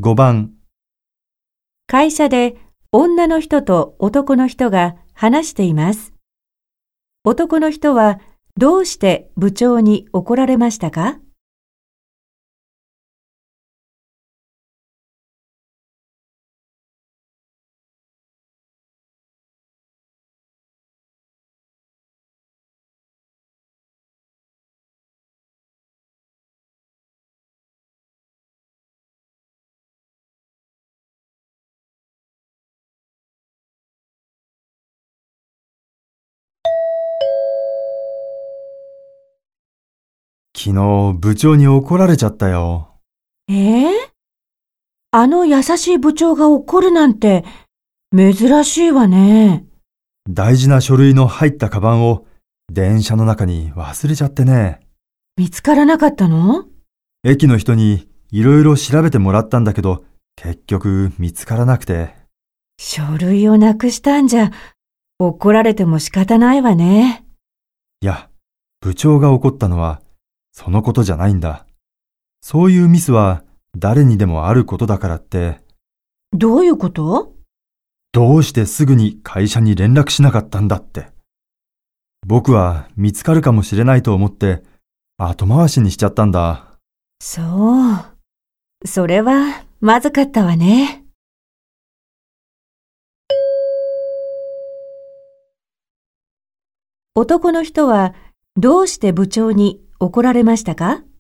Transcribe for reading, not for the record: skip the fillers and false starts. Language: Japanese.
番。 会社で女の人と男の人が話しています。男の人はどうして部長に怒られましたか？ 昨日部長に怒られちゃったよ。 あの優しい部長が怒るなんて珍しいわね。 大事な書類の入ったカバンを電車の中に忘れちゃってね。 見つからなかったの？ 駅の人にいろいろ調べてもらったんだけど、結局見つからなくて。 書類をなくしたんじゃ怒られても仕方ないわね。 いや、部長が怒ったのはそのことじゃないんだ。そういうミスは誰にでもあることだからって。 どういうこと？ どうしてすぐに会社に連絡しなかったんだって。僕は見つかるかもしれないと思って後回しにしちゃったんだ。 そう。それはまずかったわね。男の人はどうして部長に怒られましたか？